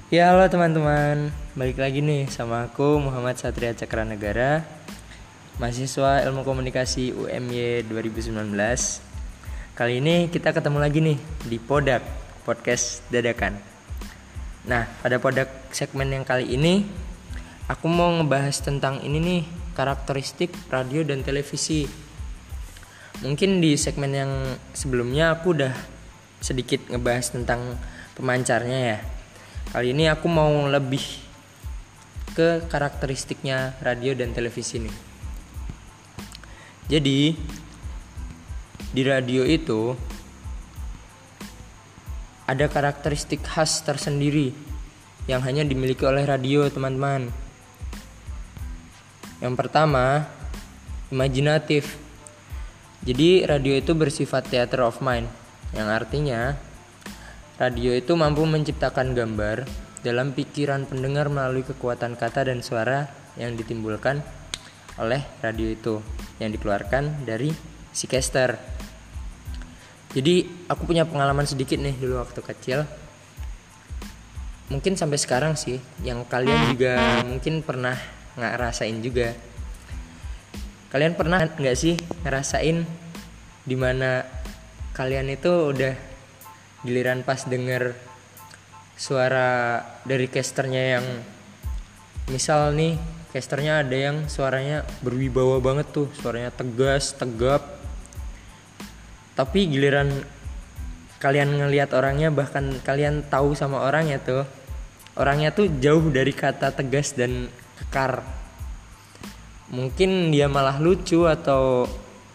Ya halo teman-teman, balik lagi nih sama aku Muhammad Satria Cakranegara, mahasiswa Ilmu Komunikasi UMY 2019. Kali ini kita ketemu lagi nih di Podak, podcast dadakan. Nah, pada Podak segmen yang kali ini aku mau ngebahas tentang ini nih, karakteristik radio dan televisi. Mungkin di segmen yang sebelumnya aku udah sedikit ngebahas tentang pemancarnya ya. Kali ini aku mau lebih ke karakteristiknya radio dan televisi nih. Jadi di radio itu ada karakteristik khas tersendiri yang hanya dimiliki oleh radio, teman-teman. Yang pertama, imajinatif. Jadi radio itu bersifat theater of mind, yang artinya radio itu mampu menciptakan gambar dalam pikiran pendengar melalui kekuatan kata dan suara yang ditimbulkan oleh radio itu, yang dikeluarkan dari si caster. Jadi aku punya pengalaman sedikit nih dulu waktu kecil. Mungkin sampai sekarang sih, yang kalian juga mungkin pernah ngerasain juga. Kalian pernah gak sih ngerasain dimana kalian itu udah giliran pas denger suara dari casternya yang misal nih casternya ada yang suaranya berwibawa banget tuh, suaranya tegas, tegap, tapi giliran kalian ngelihat orangnya, bahkan kalian tahu sama orangnya tuh jauh dari kata tegas dan kekar. Mungkin dia malah lucu atau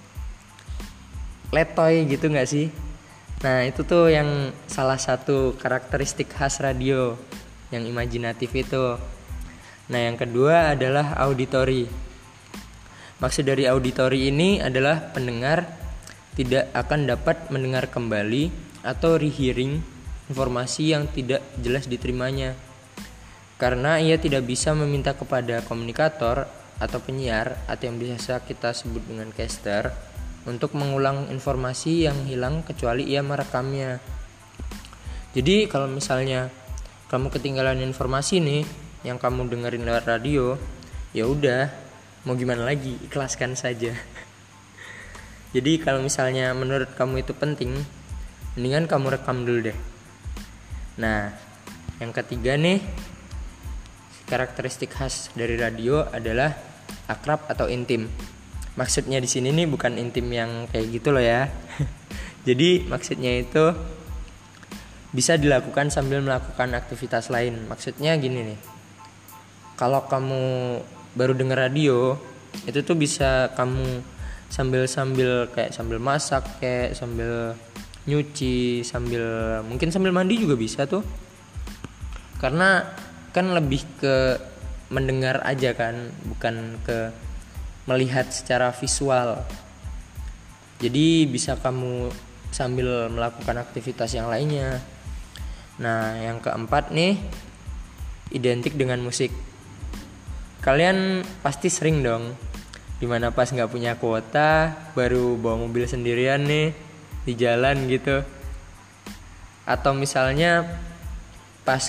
letoy gitu gak sih? Nah itu tuh yang salah satu karakteristik khas radio yang imajinatif itu. Nah yang kedua adalah auditory. Maksud dari auditory ini adalah pendengar tidak akan dapat mendengar kembali atau rehearing informasi yang tidak jelas diterimanya, karena ia tidak bisa meminta kepada komunikator atau penyiar atau yang biasa kita sebut dengan caster untuk mengulang informasi yang hilang kecuali ia merekamnya. Jadi kalau misalnya kamu ketinggalan informasi nih yang kamu dengerin lewat radio, ya udah, mau gimana lagi, ikhlaskan saja. Jadi kalau misalnya menurut kamu itu penting, mendingan kamu rekam dulu deh. Nah, yang ketiga nih, karakteristik khas dari radio adalah akrab atau intim. Maksudnya di sini nih bukan intim yang kayak gitu loh ya. Jadi maksudnya itu bisa dilakukan sambil melakukan aktivitas lain. Maksudnya gini nih. Kalau kamu baru denger radio, itu tuh bisa kamu sambil kayak sambil masak, kayak sambil nyuci, mungkin sambil mandi juga bisa tuh. Karena kan lebih ke mendengar aja kan, bukan ke melihat secara visual. Jadi bisa kamu sambil melakukan aktivitas yang lainnya. Nah yang keempat nih, identik dengan musik. Kalian pasti sering dong dimana pas gak punya kuota, baru bawa mobil sendirian nih di jalan gitu. Atau misalnya pas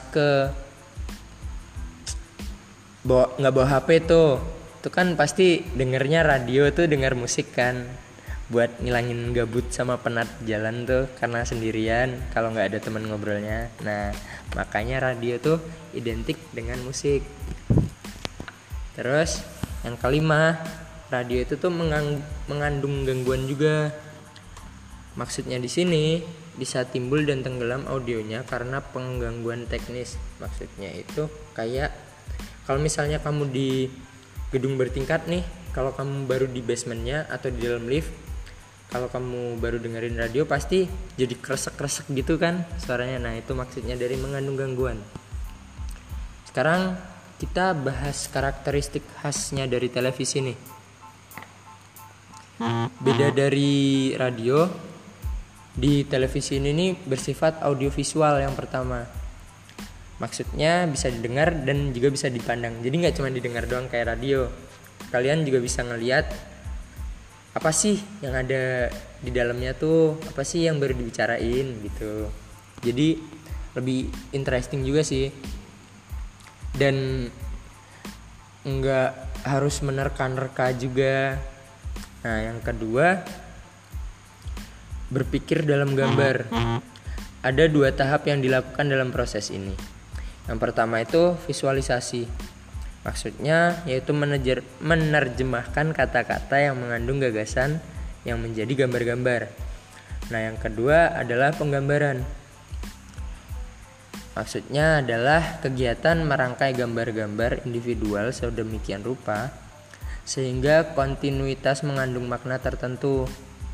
gak bawa HP tuh, itu kan pasti dengernya radio tuh, denger musik kan, buat ngilangin gabut sama penat jalan tuh karena sendirian kalau nggak ada teman ngobrolnya. Nah makanya radio tuh identik dengan musik. Terus yang kelima, radio itu tuh mengandung gangguan juga. Maksudnya di sini bisa timbul dan tenggelam audionya karena penggangguan teknis. Maksudnya itu kayak kalau misalnya kamu di gedung bertingkat nih, kalau kamu baru di basementnya atau di dalam lift, kalau kamu baru dengerin radio pasti jadi kresek-kresek gitu kan suaranya. Nah itu maksudnya dari mengandung gangguan. Sekarang kita bahas karakteristik khasnya dari televisi nih. Beda dari radio, di televisi ini nih bersifat audiovisual yang pertama. Maksudnya bisa didengar dan juga bisa dipandang. Jadi gak cuma didengar doang kayak radio. Kalian juga bisa ngelihat apa sih yang ada di dalamnya tuh, apa sih yang baru dibicarain gitu. Jadi lebih interesting juga sih. dan nggak harus menerka-nerka juga. Nah, yang kedua, berpikir dalam gambar. Ada 2 tahap yang dilakukan dalam proses ini. Yang pertama itu visualisasi. Maksudnya yaitu menerjemahkan kata-kata yang mengandung gagasan yang menjadi gambar-gambar. Nah, yang kedua adalah penggambaran. Maksudnya adalah kegiatan merangkai gambar-gambar individual sedemikian rupa sehingga kontinuitas mengandung makna tertentu.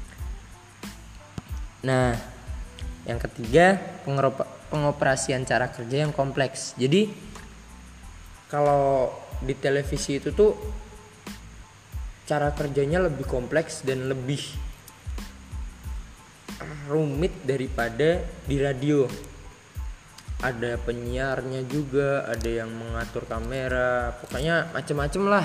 Nah, yang ketiga, pengoperasian cara kerja yang kompleks. Jadi kalau di televisi itu tuh cara kerjanya lebih kompleks dan lebih rumit daripada di radio. Ada penyiarnya juga, ada yang mengatur kamera, pokoknya macem-macem lah.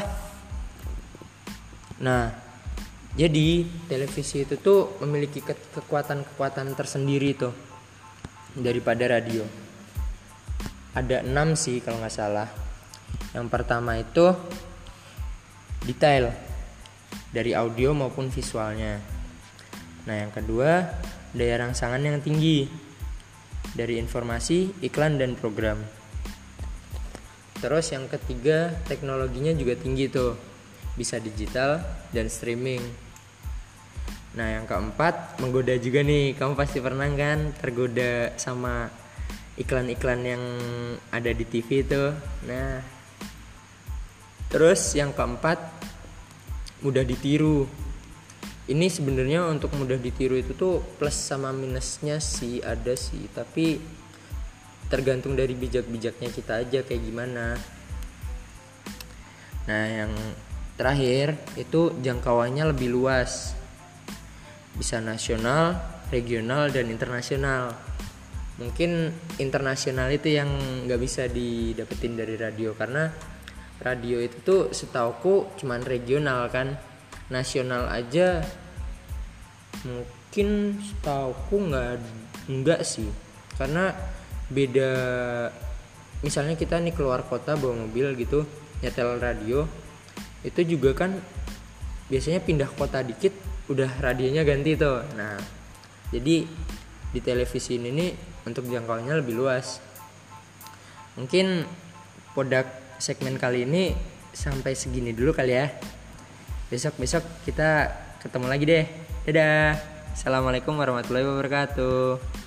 Nah, jadi televisi itu tuh memiliki kekuatan-kekuatan tersendiri tuh daripada radio. Ada 6 sih kalau nggak salah. Yang pertama itu detail dari audio maupun visualnya. Nah, yang kedua daya rangsangan yang tinggi dari informasi, iklan, dan program. Terus yang ketiga teknologinya juga tinggi tuh, bisa digital dan streaming. Nah, yang keempat menggoda juga nih. Kamu pasti pernah kan tergoda sama iklan-iklan yang ada di TV itu. Nah, terus yang keempat mudah ditiru. Ini sebenarnya untuk mudah ditiru itu tuh plus sama minusnya sih ada sih, tapi tergantung dari bijak-bijaknya kita aja kayak gimana. Nah, yang terakhir itu jangkauannya lebih luas, bisa nasional, regional, dan internasional. Mungkin internasional itu yang nggak bisa didapetin dari radio, karena radio itu tuh setauku cuman regional kan. Nasional aja mungkin setauku nggak sih, karena beda. Misalnya kita nih keluar kota bawa mobil gitu, nyetel radio, itu juga kan biasanya pindah kota dikit udah radionya ganti tuh. Nah, jadi di televisi ini nih untuk jangkauannya lebih luas. Mungkin Podak segmen kali ini sampai segini dulu kali ya. Besok kita ketemu lagi deh. Dadah. Assalamualaikum warahmatullahi wabarakatuh.